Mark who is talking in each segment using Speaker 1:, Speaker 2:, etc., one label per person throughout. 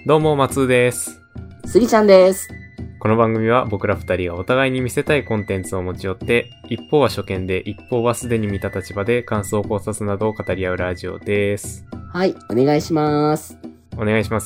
Speaker 1: どうも、松です。
Speaker 2: スギちゃんです。
Speaker 1: この番組は僕ら二人がお互いに見せたいコンテンツを持ち寄って、一方は初見で、一方はすでに見た立場で感想考察などを語り合うラジオです。
Speaker 2: はい、お願いします。
Speaker 1: お願いします。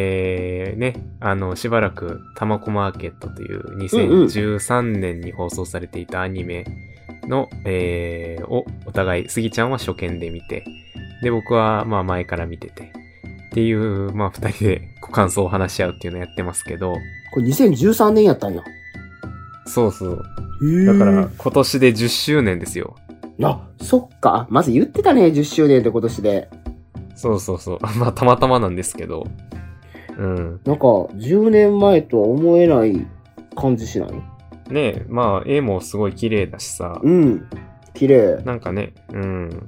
Speaker 1: しばらくたまこマーケットという2013年に放送されていたアニメの、をお互い、スギちゃんは初見で見て、で、僕はまあ前から見てて、っていう、まあ二人で感想を話し合うっていうのをやってますけど。
Speaker 2: これ2013年やったんや。
Speaker 1: そうそう。だから今年で10周年ですよ。
Speaker 2: あ、そっか。まず言ってたね、10周年って今年で。
Speaker 1: そうそうそう。まあたまたまなんですけど。うん。
Speaker 2: なんか、10年前とは思えない感じしない？
Speaker 1: ねえ、まあ絵もすごい綺麗だしさ。
Speaker 2: うん。綺麗。
Speaker 1: なんかね、うん。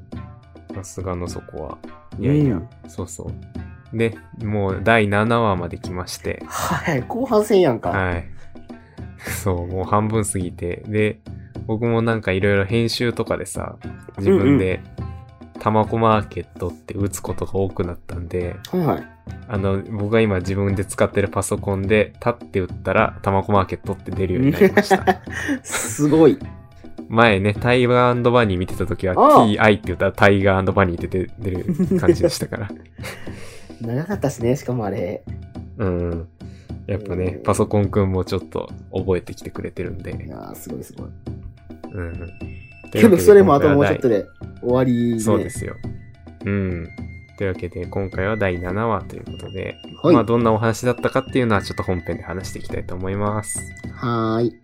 Speaker 1: さすがのそこは。いやいや、そうそう。で、もう第7話まで来まして。
Speaker 2: はい、後半戦やんか。
Speaker 1: はい。そう、もう半分過ぎて。で、僕もなんかいろいろ編集とかでさ、自分で、たまこマーケットって打つことが多くなったんで、
Speaker 2: はいはい。
Speaker 1: 僕が今自分で使ってるパソコンで、タって打ったら、たまこマーケットって出るようになりました。
Speaker 2: すごい。
Speaker 1: 前ね、タイガー&バニー見てた時は、TI って言ったらタイガー&バニーって出る感じでしたから。
Speaker 2: 長かったっすね、しかもあれ。
Speaker 1: うん。やっぱね、パソコンくんもちょっと覚えてきてくれてるんで。
Speaker 2: いやー、すごいすごい。
Speaker 1: うん。
Speaker 2: けどそれもあともうちょっとで終わり、ね。
Speaker 1: そうですよ。うん。というわけで、今回は第7話ということで、
Speaker 2: はい、
Speaker 1: まあどんなお話だったかっていうのはちょっと本編で話していきたいと思います。
Speaker 2: はーい。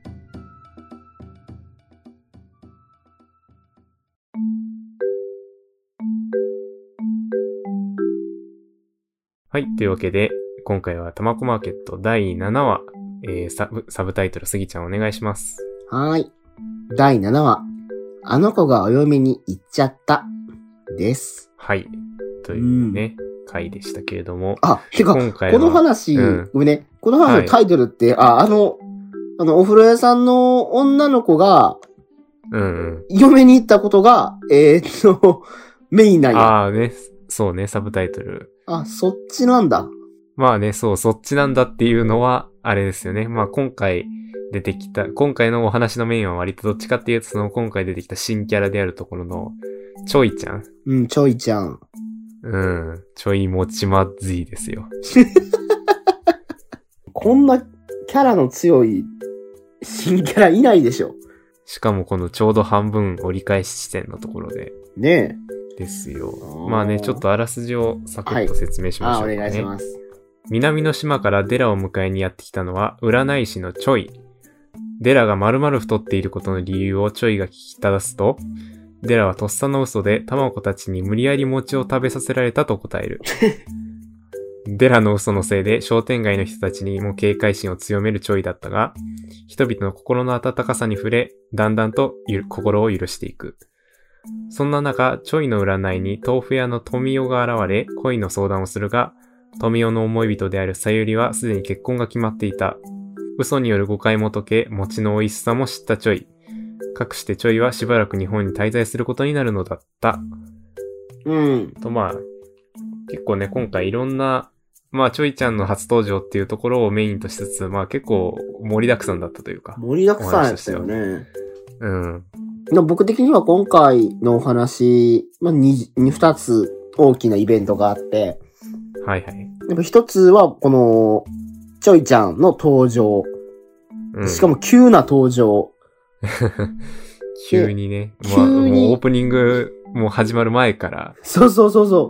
Speaker 1: はい。というわけで、今回はたまこマーケット第7話、サブタイトルすぎちゃんお願いします。
Speaker 2: はーい。第7話、あの子がお嫁に行っちゃった、です。
Speaker 1: はい。というね、回でしたけれども。
Speaker 2: あ、てか、今回この話、ごめんね。この話のタイトルって、はい、お風呂屋さんの女の子が、嫁に行ったことが、メインなんや。
Speaker 1: ああね、そうね、サブタイトル。
Speaker 2: あ、そっちなんだ。
Speaker 1: まあね、そう、そっちなんだっていうのは、あれですよね。まあ今回のお話のメインは割とどっちかっていうと、今回出てきた新キャラであるところの、ちょいちゃん。
Speaker 2: うん、ちょいちゃん。
Speaker 1: うん、ちょいもちまずいですよ。
Speaker 2: こんなキャラの強い新キャラいないでしょ。
Speaker 1: しかもこのちょうど半分折り返し地点のところで。
Speaker 2: ね
Speaker 1: え。ですよ。まあね、ちょっとあらすじをサクッと説明しましょうかね。
Speaker 2: はい、お願いします。
Speaker 1: 南の島からデラを迎えにやってきたのは占い師のチョイ。デラが丸々太っていることの理由をチョイが聞き正すと、デラはとっさの嘘でタマコたちに無理やり餅を食べさせられたと答える。デラの嘘のせいで商店街の人たちにも警戒心を強めるチョイだったが、人々の心の温かさに触れ、だんだんと心を許していく。そんな中、チョイの占いに豆腐屋の富代が現れ、恋の相談をするが、富代の思い人であるさゆりはすでに結婚が決まっていた。嘘による誤解も解け、餅の美味しさも知ったチョイ。かくしてチョイはしばらく日本に滞在することになるのだった。とまあ、結構ね、今回いろんな、まあ、チョイちゃんの初登場っていうところをメインとしつつ、まあ結構盛りだくさんだったというか。
Speaker 2: 盛りだくさんやったよね。僕的には今回のお話、まあ、2つ大きなイベントがあって。
Speaker 1: はいはい。
Speaker 2: やっぱ一つは、この、チョイちゃんの登場。しかも急な登場。
Speaker 1: 急にね。まあ、もうオープニングもう始まる前から。
Speaker 2: そう。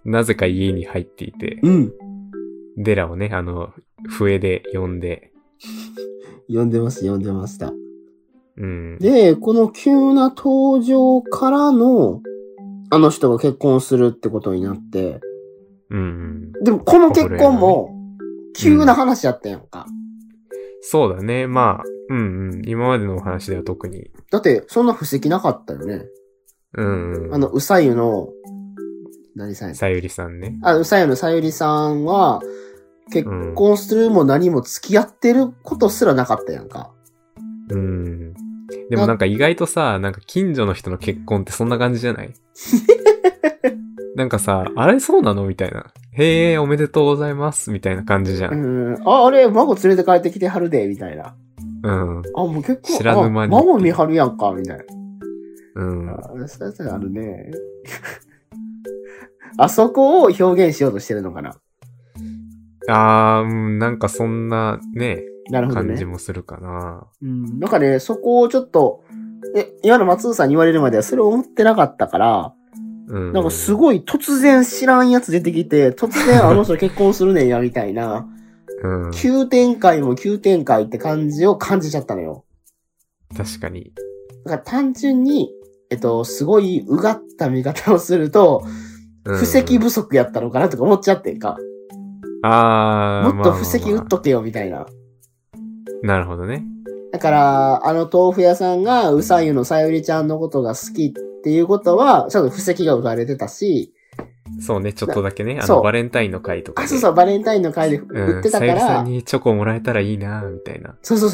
Speaker 1: なぜか家に入っていて。デラをね、笛で呼んで。
Speaker 2: 呼んでました。で、この急な登場からの、あの人が結婚するってことになって。でも、この結婚も、急な話やったやんか。
Speaker 1: そうだね。まあ、今までのお話では特に。
Speaker 2: だって、そんな布石なかったよね。うさゆの、何さんや
Speaker 1: さゆりさんね。
Speaker 2: うさゆのさゆりさんは、結婚するも何も付き合ってることすらなかったやんか。
Speaker 1: でもなんか意外とさ、なんか近所の人の結婚ってそんな感じじゃないなんかさ、あれそうなのみたいな。へえ、おめでとうございます。みたいな感じじゃん。
Speaker 2: あれ、孫連れて帰ってきてはるで、みたいな。
Speaker 1: うん。
Speaker 2: もう結構、
Speaker 1: 知らぬ間に。
Speaker 2: 孫見はるやんか、みたいな。そういうのあるね。あそこを表現しようとしてるのかな。
Speaker 1: なんかそんなね、
Speaker 2: なるほどね、
Speaker 1: 感じもするかな。
Speaker 2: なんかね、そこをちょっと、今の松尾さんに言われるまではそれを思ってなかったから、なんかすごい突然知らんやつ出てきて、突然あの人結婚するねんや、みたいな。急展開も急展開って感じを感じちゃったのよ。
Speaker 1: 確かに。
Speaker 2: だから単純に、すごいうがった見方をすると、布石不足やったのかなとか思っちゃってんか。もっと布石打っとけよ、みたいな。
Speaker 1: なるほどね。
Speaker 2: だから、豆腐屋さんがうさゆのさゆりちゃんのことが好きっていうことは、ちょっと布石が打たれてたし、
Speaker 1: そうね、ちょっとだけね。バレンタインの回とかで。
Speaker 2: そう、バレンタインの回で売ってたから。
Speaker 1: さゆりさんにチョコもらえたらいいなみたいな。
Speaker 2: そう。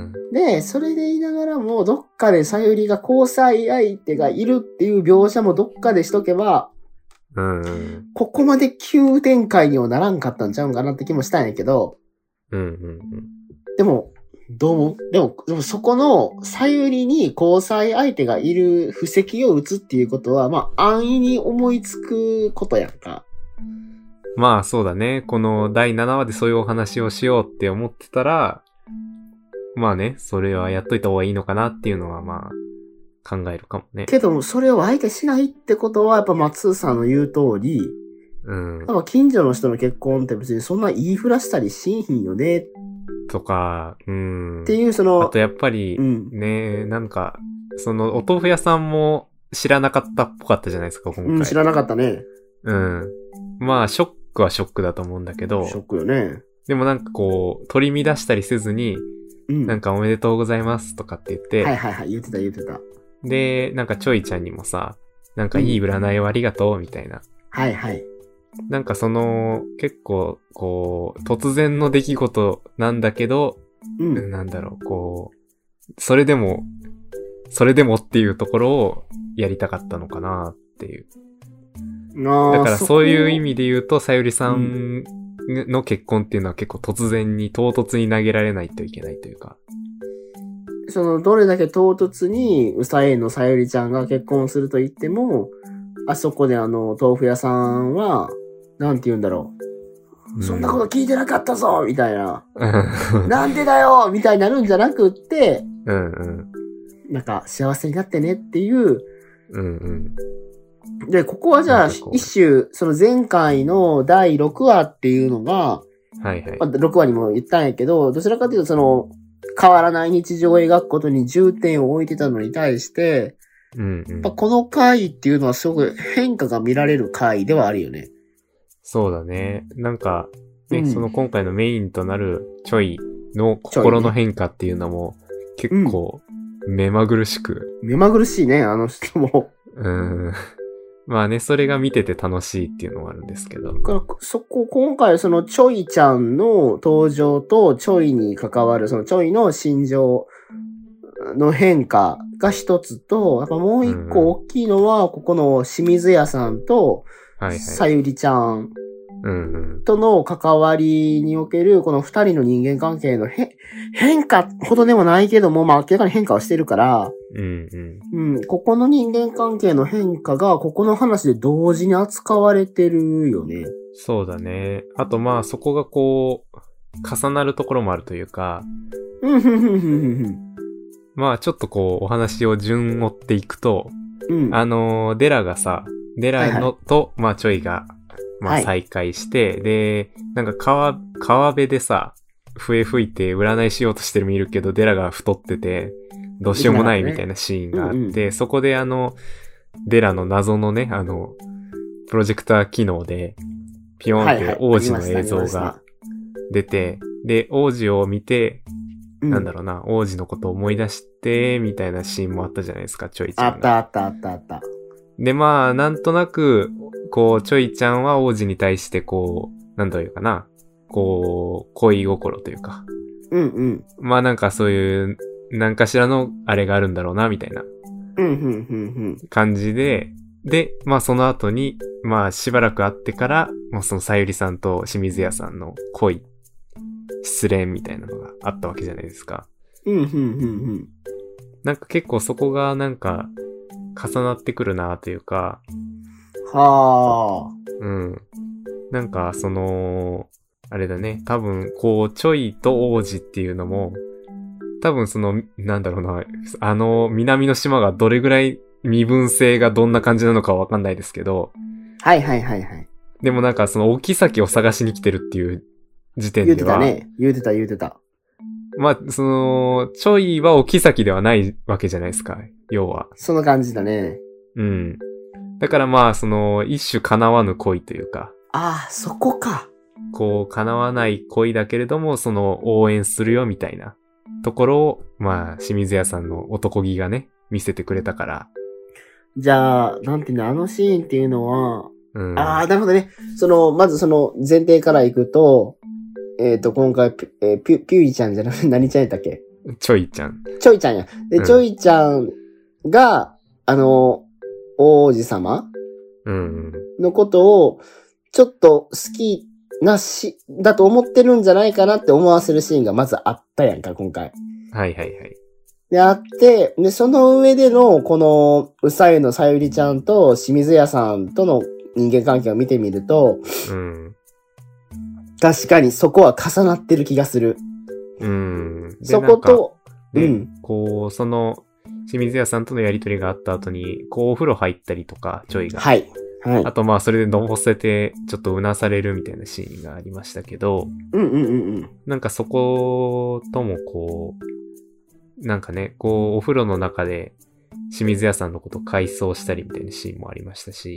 Speaker 2: で、それで言いながらも、どっかでさゆりが交際相手がいるっていう描写もどっかでしとけば、ここまで急展開にはならんかったんちゃうんかなって気もしたんやけど、でも、でもそこの、さゆりに交際相手がいる布石を打つっていうことは、まあ、安易に思いつくことやんか。
Speaker 1: まあ、そうだね。この第7話でそういうお話をしようって思ってたら、まあね、それはやっといた方がいいのかなっていうのは、まあ、考えるかもね。
Speaker 2: けど、それを相手しないってことは、やっぱ松さんの言う通り、やっぱ近所の人の結婚って別にそんな言いふらしたりしんひんよね。
Speaker 1: とか、
Speaker 2: っていうあ
Speaker 1: とやっぱり、ね、なんか、お豆腐屋さんも知らなかったっぽかったじゃないですか、今回。
Speaker 2: 知らなかったね。
Speaker 1: まあ、ショックはショックだと思うんだけど。
Speaker 2: ショックよね。
Speaker 1: でもなんかこう、取り乱したりせずに、なんかおめでとうございますとかって言って。
Speaker 2: 言ってた。
Speaker 1: で、なんかちょいちゃんにもさ、なんかいい占いをありがとうみたいな。なんか結構、こう、突然の出来事なんだけど、なんだろう、こう、それでもっていうところをやりたかったのかなっていう。だからそういう意味で言うと、さゆりさんの結婚っていうのは結構唐突に投げられないといけないというか。
Speaker 2: どれだけ唐突に、うさえのさゆりちゃんが結婚すると言っても、あそこで豆腐屋さんは、なんて言うんだろう。そんなこと聞いてなかったぞみたいな。なんでだよみたいになるんじゃなくって、なんか幸せになってねっていう。で、ここはじゃあ、一種、前回の第6話っていうのが、6話にも言ったんやけど、どちらかというと変わらない日常を描くことに重点を置いてたのに対して、この回っていうのはすごく変化が見られる回ではあるよね。
Speaker 1: そうだね。なんか、ね、今回のメインとなるちょいの心の変化っていうのも結構目まぐるしく。
Speaker 2: 目まぐるしいね、あの人も。
Speaker 1: まあね、それが見てて楽しいっていうのはあるんですけど。
Speaker 2: 今回ちょいちゃんの登場とちょいに関わるちょいの心情の変化が一つと、やっぱもう一個大きいのは、ここの清水屋さんと、さゆりちゃんとの関わりにおける、この二人の人間関係の変化ほどでもないけども、まあ明らかに変化はしてるから、ここの人間関係の変化が、ここの話で同時に扱われてるよね。
Speaker 1: そうだね。あとまあそこがこう、重なるところもあるというか、まあちょっとこう、お話を順追っていくと、デラと、まあちょいが、まあ再会して、で、なんか川辺でさ、笛吹いて占いしようとしてる見るけど、デラが太ってて、どうしようもないみたいなシーンがあって、そこでデラの謎のね、プロジェクター機能で、ピヨンって王子の映像が出て、で、王子を見て、なんだろうな、王子のことを思い出して、みたいなシーンもあったじゃないですか、ちょいちゃんが。
Speaker 2: あった。
Speaker 1: で、まあ、なんとなく、こう、ちょいちゃんは王子に対して、こう、なんというかな、こう、恋心というか。まあなんかそういう、何かしらのあれがあるんだろうな、みたいな。感じで、 で、まあその後に、まあしばらく会ってから、まあそのさゆりさんと清水屋さんの恋、失恋みたいなのがあったわけじゃないですか。なんか結構そこがなんか重なってくるなというか。
Speaker 2: はあ。
Speaker 1: うん。なんかその、あれだね。多分こう、ちょいと王子っていうのも、多分その、なんだろうな、南の島がどれぐらい身分性がどんな感じなのかはわかんないですけど。
Speaker 2: はいはいはいはい。
Speaker 1: でもなんかその、お妃を探しに来てるっていう時点では。
Speaker 2: 言うてた。
Speaker 1: まあ、その、ちょいはお妃ではないわけじゃないですか。要は。
Speaker 2: その感じだね。
Speaker 1: うん。だからまあ、その、一種叶わぬ恋というか。
Speaker 2: ああ、そこか。
Speaker 1: こう、叶わない恋だけれども、その、応援するよみたいなところを、まあ、清水屋さんの男気がね、見せてくれたから。
Speaker 2: じゃあ、なんていうの、あのシーンっていうのは、
Speaker 1: あ
Speaker 2: あ、なるほどね。まず前提からいくと、今回、ピュイちゃんじゃなくて何ちゃんやったっけ？
Speaker 1: ちょいちゃん。
Speaker 2: ちょいちゃんや。で、ちょいちゃんが、王子様のことを、ちょっと好きだと思ってるんじゃないかなって思わせるシーンがまずあったやんか、今回。
Speaker 1: はいはいはい。
Speaker 2: で、あって、で、その上での、この、うさゆのさゆりちゃんと清水屋さんとの人間関係を見てみると、確かにそこは重なってる気がする。そこと、
Speaker 1: こう、その、清水屋さんとのやりとりがあった後に、こうお風呂入ったりとか、ちょいが。
Speaker 2: はい。はい。
Speaker 1: あとまあそれでのぼせて、ちょっとうなされるみたいなシーンがありましたけど、なんかそこともこう、なんかね、こうお風呂の中で清水屋さんのことを回想したりみたいなシーンもありましたし、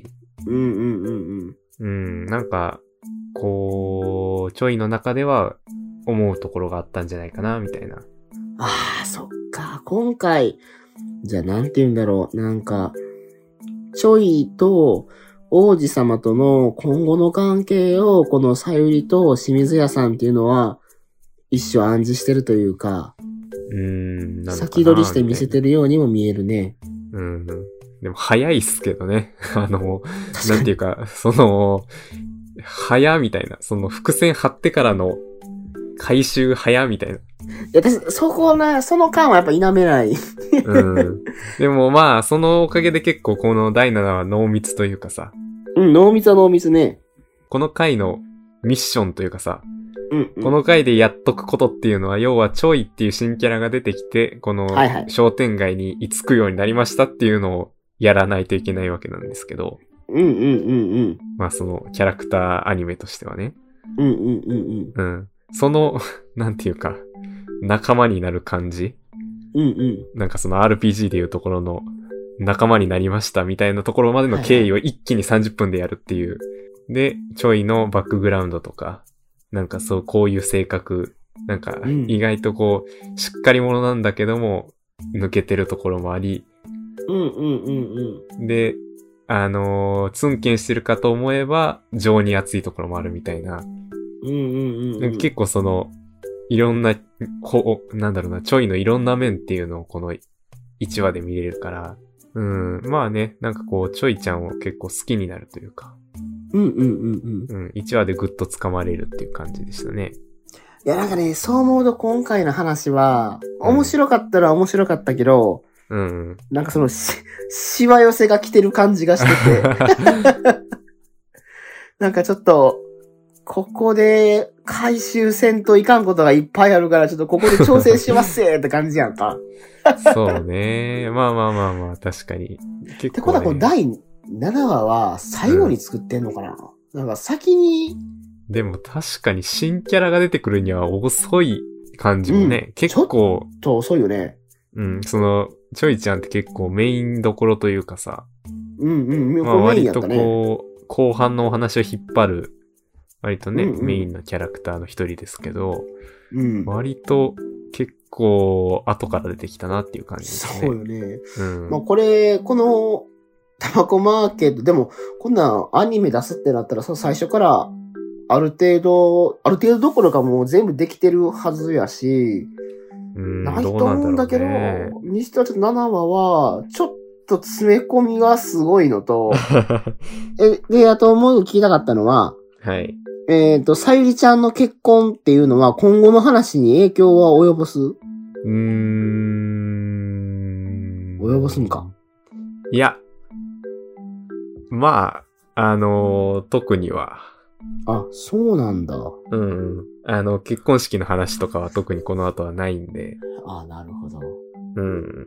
Speaker 1: なんか、こう、ちょいの中では思うところがあったんじゃないかな、みたいな。
Speaker 2: ああ、そっか。今回、じゃあなんて言うんだろう。なんか、ちょいと王子様との今後の関係を、このさゆりと清水屋さんっていうのは、一種暗示してるというか、先取りして見せてるようにも見えるね。
Speaker 1: でも早いっすけどね。なんていうか、その、早みたいな。その伏線張ってからの回収早みたいな。い
Speaker 2: や、その間はやっぱ否めない。
Speaker 1: でもまあ、そのおかげで結構この第7話濃密というかさ。
Speaker 2: 濃密は濃密ね。
Speaker 1: この回のミッションというかさ。この回でやっとくことっていうのは、要はちょいっていう新キャラが出てきて、この商店街に居つくようになりましたっていうのをやらないといけないわけなんですけど。まあそのキャラクターアニメとしてはね。その、なんていうか、仲間になる感じ。なんかその RPG でいうところの仲間になりましたみたいなところまでの経緯を一気に30分でやるっていう。で、ちょいのバックグラウンドとか、なんかそう、こういう性格、なんか意外とこう、しっかり者なんだけども、抜けてるところもあり。で、ツンケンしてるかと思えば、情に熱いところもあるみたいな。結構その、いろんな、なんだろうな、ちょいのいろんな面っていうのをこの1話で見れるから、まあね、なんかこう、ちょいちゃんを結構好きになるというか。1話でぐっと掴まれるっていう感じでしたね。
Speaker 2: いや、なんかね、そう思うと今回の話は、面白かったら面白かったけど、なんかそのしわ寄せが来てる感じがしてて。なんかちょっと、ここで回収せんといかんことがいっぱいあるから、ちょっとここで調整しますって感じやんか。
Speaker 1: そうね。まあ、確かに。
Speaker 2: 結構、ね。ってことはこの第7話は最後に作ってんのかな、なんか先に。
Speaker 1: でも確かに新キャラが出てくるには遅い感じもね、結構。ちょ
Speaker 2: っと遅いよね。
Speaker 1: その、ちょいちゃんって結構メインどころというかさ。
Speaker 2: ま
Speaker 1: あ割とこう、後半のお話を引っ張る、割とね、メインのキャラクターの一人ですけど、割と結構後から出てきたなっていう感じですね。
Speaker 2: そうよね。まあこの、タバコマーケット、でも、こんなアニメ出すってなったら、最初から、ある程度どころかもう全部できてるはずやし、ないと思うんだけど、にしてはちょっと7話は、ちょっと詰め込みがすごいのと、で、あともう聞きたかったのは、
Speaker 1: はい。
Speaker 2: さゆりちゃんの結婚っていうのは今後の話に影響は及ぼす？及ぼすんか。
Speaker 1: いや。まあ、特には。
Speaker 2: あ、そうなんだ。
Speaker 1: うん。結婚式の話とかは特にこの後はないんで。
Speaker 2: あ、なるほど。
Speaker 1: うん。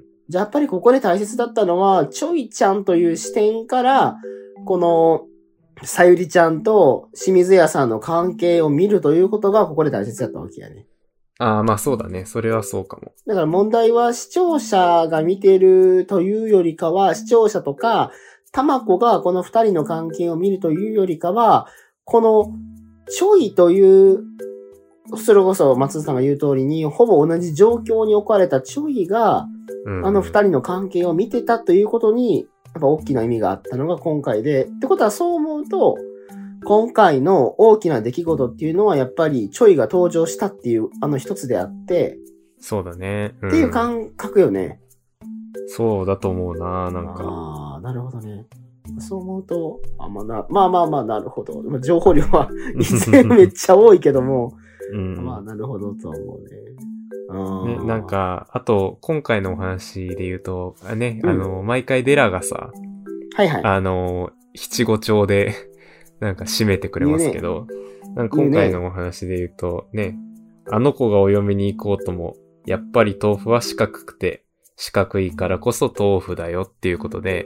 Speaker 2: じゃあやっぱりここで大切だったのは、ちょいちゃんという視点から、この、さゆりちゃんと清水屋さんの関係を見るということがここで大切だったわけやね。
Speaker 1: ああ、まあそうだね。それはそうかも。
Speaker 2: だから問題は視聴者が見てるというよりかは、視聴者とか、たまこがこの二人の関係を見るというよりかは、この、ちょいという、それこそ松田さんが言う通りに、ほぼ同じ状況に置かれたちょいが、あの二人の関係を見てたということに、やっぱ大きな意味があったのが今回で。ってことはそう思うと、今回の大きな出来事っていうのはやっぱりちょいが登場したっていう一つであって。
Speaker 1: そうだね。
Speaker 2: っていう感覚よね。
Speaker 1: そうだと思うな、なんか。
Speaker 2: ああ、なるほどね。そう思うと、まあ、なるほど。情報量は以前めっちゃ多いけども、まあ、なるほどと思うね。
Speaker 1: ね、なんか、あと、今回のお話で言うと、ね、毎回デラがさ、
Speaker 2: はいはい。
Speaker 1: 七五調で、なんか締めてくれますけど、なんか今回のお話で言うと、ね、あの子がお嫁に行こうとも、やっぱり豆腐は四角くて、四角いからこそ豆腐だよっていうことで、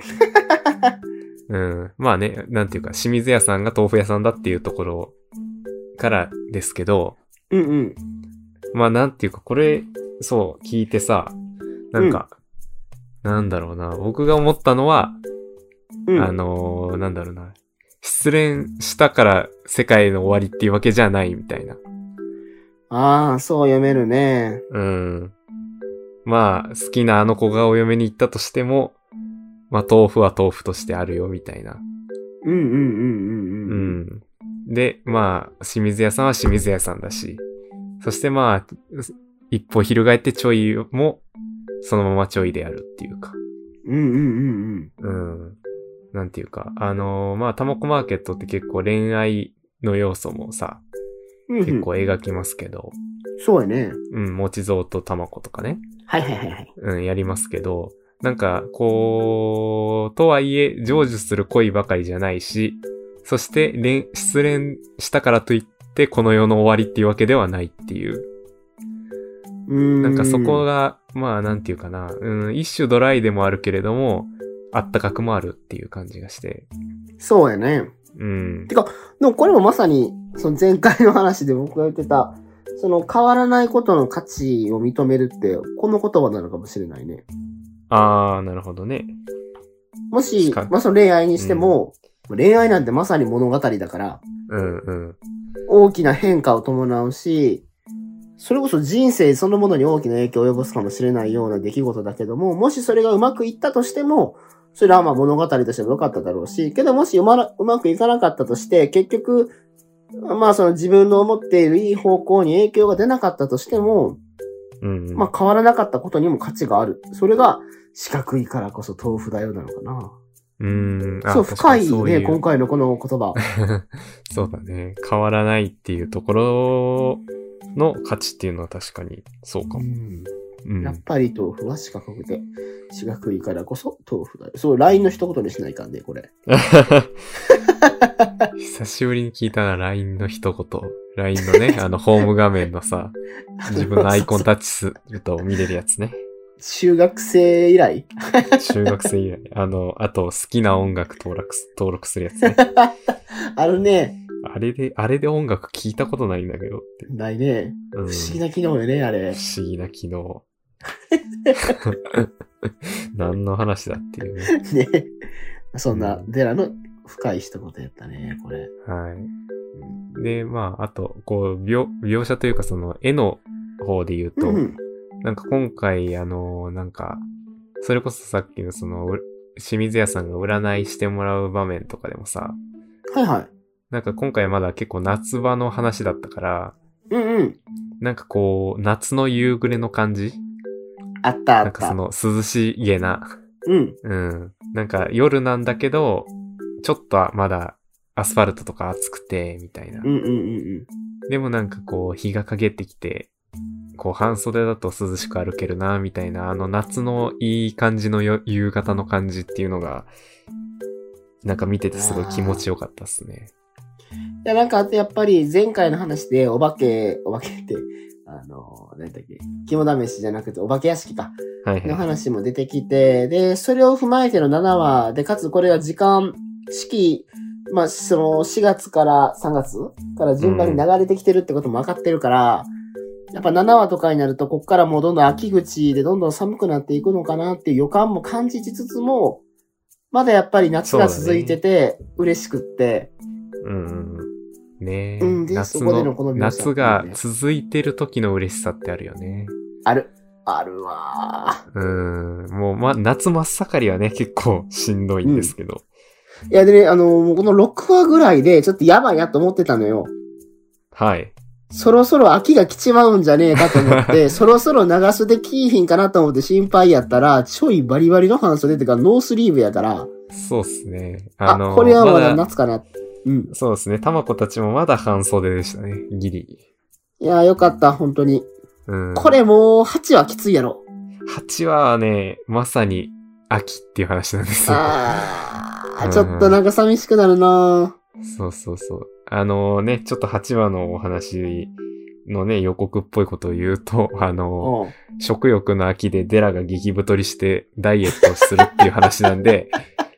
Speaker 1: まあね、なんていうか、清水屋さんが豆腐屋さんだっていうところからですけど、まあなんていうか、これ、そう、聞いてさ、なんか、なんだろうな、僕が思ったのは、なんだろうな、失恋したから世界の終わりっていうわけじゃないみたいな。
Speaker 2: ああ、そう読めるね。
Speaker 1: まあ、好きなあの子がお嫁に行ったとしても、まあ豆腐は豆腐としてあるよみたいな。で、まあ、清水屋さんは清水屋さんだし、そしてまあ、一歩翻ってちょいも、そのままちょいであるっていうか。なんていうか、まあ、たまこマーケットって結構恋愛の要素もさ、結構描きますけど。
Speaker 2: そうやね。
Speaker 1: もちぞうとたまことかね。
Speaker 2: はい。
Speaker 1: やりますけど、なんか、こう、とはいえ、成就する恋ばかりじゃないし、そして、失恋したからといって、この世の終わりっていうわけではないっていう。なんかそこが、まあ、なんていうかな、一種ドライでもあるけれども、あったかくもあるっていう感じがして。
Speaker 2: そうやね。てか、でもこれもまさに、その前回の話で僕が言ってた、その変わらないことの価値を認めるって、この言葉なのかもしれないね。
Speaker 1: あー、なるほどね。
Speaker 2: もし、まあ、その恋愛にしても、恋愛なんてまさに物語だから、大きな変化を伴うし、それこそ人生そのものに大きな影響を及ぼすかもしれないような出来事だけども、もしそれがうまくいったとしても、それはまあ物語としても良かっただろうし、けどもしうまくいかなかったとして、結局、まあその自分の思っているいい方向に影響が出なかったとしても、まあ変わらなかったことにも価値がある。それが四角いからこそ豆腐だよなのかな。そう、深いね、今回のこの言葉。
Speaker 1: そうだね。変わらないっていうところの価値っていうのは確かにそうかも。
Speaker 2: やっぱり豆腐は四角くて、四角いからこそ豆腐だよ。そう、LINE の一言にしないかんね、これ。
Speaker 1: 久しぶりに聞いたな、LINE の一言。LINE のね、ホーム画面のさ、自分のアイコンタッチすると見れるやつね。
Speaker 2: 中学生以来
Speaker 1: 中学生以来。あと、好きな音楽登録するやつね。
Speaker 2: あるね。
Speaker 1: あれで音楽聞いたことないんだけどって。
Speaker 2: ないね。不思議な機能よね、あれ。
Speaker 1: 不思議な機能。何の話だっていうね。
Speaker 2: ね。そんな、デラの深い一言やったね、これ。
Speaker 1: はい。で、まあ、あと、こう、描写というかその、絵の方で言うと、なんか今回、なんか、それこそさっきのその、清水屋さんが占いしてもらう場面とかでもさ、なんか今回まだ結構夏場の話だったから、なんかこう、夏の夕暮れの感じ
Speaker 2: あった。
Speaker 1: なんかその涼しげな
Speaker 2: うん。
Speaker 1: うん。なんか夜なんだけど、ちょっとまだアスファルトとか暑くて、みたいな。
Speaker 2: うんうんうんうん。
Speaker 1: でもなんかこう、日が陰ってきて、こう、半袖だと涼しく歩けるな、みたいな、夏のいい感じの夕方の感じっていうのが、なんか見ててすごい気持ちよかったっすね。
Speaker 2: いや、なんかやっぱり前回の話でお化けって、何だっけ、肝試しじゃなくてお化け屋敷か。はいはい。の話も出てきて、で、それを踏まえての7話で、かつこれは時間、四季、まあ、その4月から3月から順番に流れてきてるってことも分かってるから、やっぱ7話とかになると、こっからもうどんどん秋口でどんどん寒くなっていくのかなっていう予感も感じつつも、まだやっぱり夏が続いてて、嬉しくって。
Speaker 1: ねえ。うん、で、そこでのこの夏が続いてる時の嬉しさってあるよね。
Speaker 2: あるわ
Speaker 1: ー。もう夏真っ盛りはね、結構しんどいんですけど。
Speaker 2: いやでね、この6話ぐらいでちょっとやばいなと思ってたのよ。
Speaker 1: はい。
Speaker 2: そろそろ秋が来ちまうんじゃねえかと思って、そろそろ長袖着いひんかなと思って心配やったら、ちょいバリバリの半袖ってかノースリーブやから。
Speaker 1: そうっすね。
Speaker 2: これはまだ夏かな。うん。
Speaker 1: そうですね。たまこたちもまだ半袖でしたね。ギリ。
Speaker 2: いやーよかった、本当に。これもう8話きついやろ。
Speaker 1: 8話はね、まさに秋っていう話なんですよ。
Speaker 2: ちょっとなんか寂しくなるな。
Speaker 1: そうそうそう。ね、ちょっと8話のお話のね、予告っぽいことを言うと、食欲の秋でデラが激太りしてダイエットをするっていう話なんで、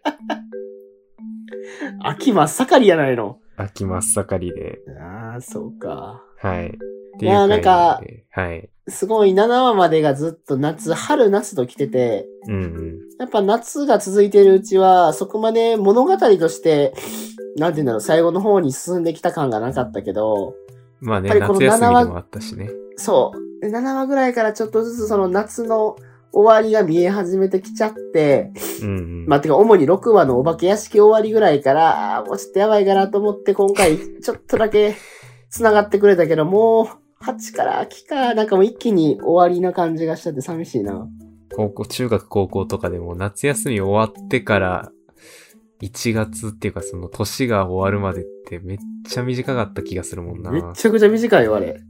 Speaker 2: 秋真っ盛りやないの。
Speaker 1: 秋真っ盛りで。
Speaker 2: そうか。
Speaker 1: はい。
Speaker 2: いや、なんか、
Speaker 1: はい。
Speaker 2: すごい7話までがずっと春夏と来てて、やっぱ夏が続いてるうちは、そこまで物語として、なんて言うんだろう、最後の方に進んできた感がなかったけど、
Speaker 1: まあね、夏休みでもあったしね。
Speaker 2: そう。7話ぐらいからちょっとずつその夏の終わりが見え始めてきちゃって、まあ、てか主に6話のお化け屋敷終わりぐらいから、もうちょっとやばいかなと思って今回ちょっとだけ繋がってくれたけど、もう8から秋か、なんかもう一気に終わりな感じがしちゃって寂しいな。
Speaker 1: 中学高校とかでも夏休み終わってから1月っていうかその年が終わるまでってめっちゃ短かった気がするもんな。
Speaker 2: めちゃくちゃ短いよ、あれ。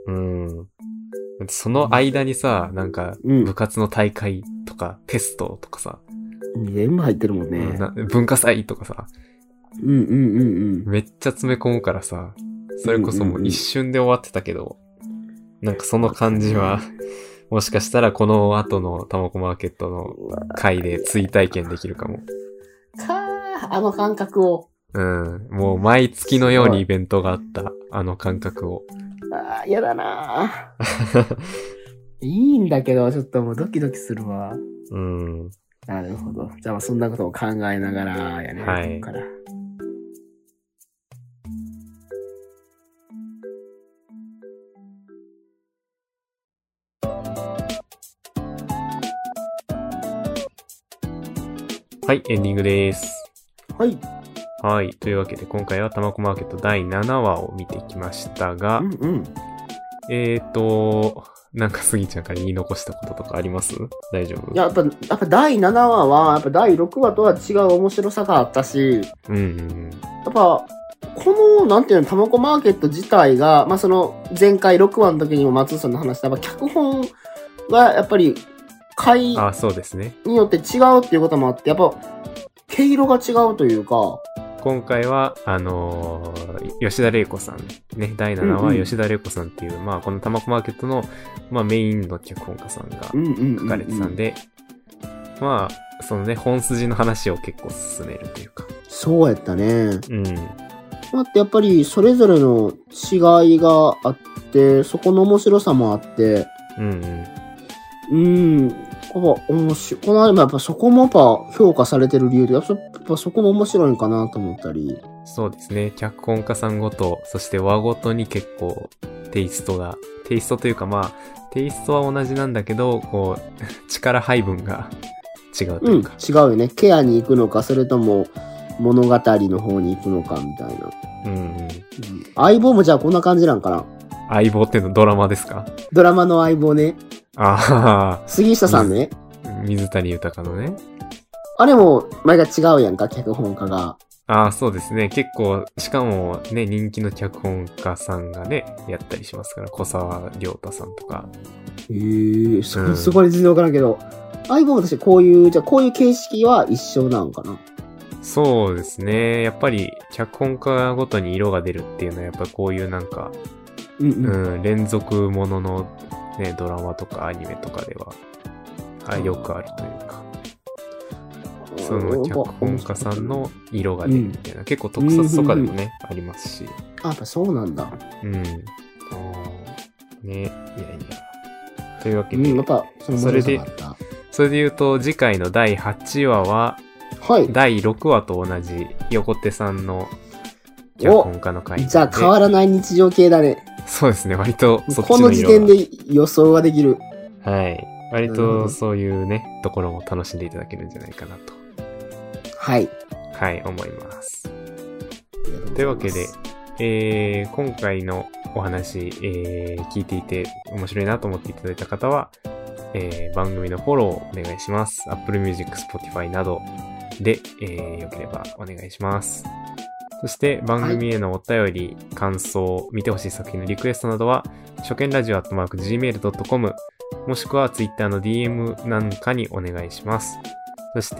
Speaker 1: その間にさ、なんか、部活の大会とか、テストとかさ。
Speaker 2: 全部入ってるもんね。
Speaker 1: 文化祭とかさ。めっちゃ詰め込むからさ、それこそもう一瞬で終わってたけど、なんかその感じは、もしかしたらこの後のたまこマーケットの回で追体験できるかも。
Speaker 2: あの感覚を。
Speaker 1: もう毎月のようにイベントがあった、あの感覚を。
Speaker 2: 嫌だないいんだけど、ちょっともうドキドキするわ。なるほど。じゃあそんなことを考えながらやね。はい。ここから
Speaker 1: はい、エンディングです。
Speaker 2: はい。
Speaker 1: はい。というわけで、今回はたまこマーケット第7話を見てきましたが、なんかスギちゃんから言い残したこととかあります？大丈夫？
Speaker 2: いや、やっぱ第7話は、やっぱ第6話とは違う面白さがあったし、やっぱ、この、なんていうの、たまこマーケット自体が、まあ、その、前回6話の時にも松尾さんの話した、やっぱ脚本が、やっぱり、回
Speaker 1: そうですね。
Speaker 2: によって違うっていうこともあって、やっぱ、毛色が違うというか、
Speaker 1: 今回は、吉田玲子さん。ね、第7話、吉田玲子さんっていう、まあ、このたまこマーケットの、まあ、メインの脚本家さんが書かれてたんで、まあ、そのね、本筋の話を結構進めるというか。
Speaker 2: そうやったね。まあ、やっぱり、それぞれの違いがあって、そこの面白さもあって、このアニメやっぱそこもやっぱ評価されてる理由で、やっぱそこも面白いんかなと思ったり。
Speaker 1: そうですね。脚本家さんごと、そして話ごとに結構テイストというかまあ、テイストは同じなんだけど、こう、力配分が違うというか。
Speaker 2: 違うよね。ケアに行くのか、それとも物語の方に行くのかみたいな。相棒もじゃあこんな感じなんかな。
Speaker 1: 相棒ってのドラマですか？
Speaker 2: ドラマの相棒ね。
Speaker 1: 杉下さんね。
Speaker 2: 水
Speaker 1: 谷豊のね。
Speaker 2: あれも、毎回違うやんか、脚本家が。
Speaker 1: ああ、そうですね。結構、しかもね、人気の脚本家さんがね、やったりしますから、小沢亮太さんとか。
Speaker 2: そこに全然わからんけど、相棒も私こういう形式は一緒なんかな。
Speaker 1: そうですね。やっぱり、脚本家ごとに色が出るっていうのは、やっぱこういうなんか、連続もののね、ドラマとかアニメとかでは、よくあるというか。その脚本家さんの色が出るみたいな、結構特撮とかでもね、ありますし。
Speaker 2: やっぱそうなんだ。
Speaker 1: ね、いやいや。というわけで、
Speaker 2: やっぱ
Speaker 1: それで言うと、次回の第8話は、第6話と同じ横手さんの脚本家の回。
Speaker 2: じゃあ変わらない日常系だね。
Speaker 1: そうですね、割とそっちの色が。
Speaker 2: この時点で予想ができる。
Speaker 1: はい。割とそういうね、ところも楽しんでいただけるんじゃないかなと。はい、思います。というわけで、今回のお話、聞いていて面白いなと思っていただいた方は、番組のフォローをお願いします。Apple Music、Spotify などで、よければお願いします。そして番組へのお便り、感想、見てほしい作品のリクエストなどは、初見ラジオ@gmail.com もしくは Twitter の DM なんかにお願いします。そして、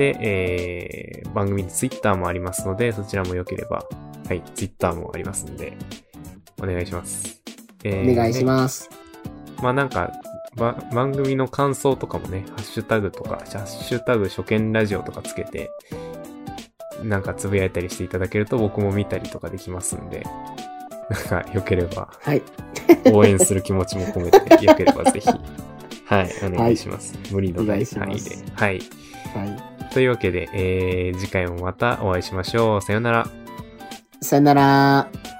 Speaker 1: 番組に Twitter もありますので、そちらもよければ、Twitter もありますので、お願いします。
Speaker 2: お願いします。
Speaker 1: まあなんか、番組の感想とかもね、ハッシュタグとか、ハッシュタグ初見ラジオとかつけて、なんかつぶやいたりしていただけると僕も見たりとかできますんで、なんかよければ、応援する気持ちも込めて、よければぜひ、お願いします。無理のない範囲で。というわけで、次回もまたお会いしましょう。さよなら。
Speaker 2: さよなら。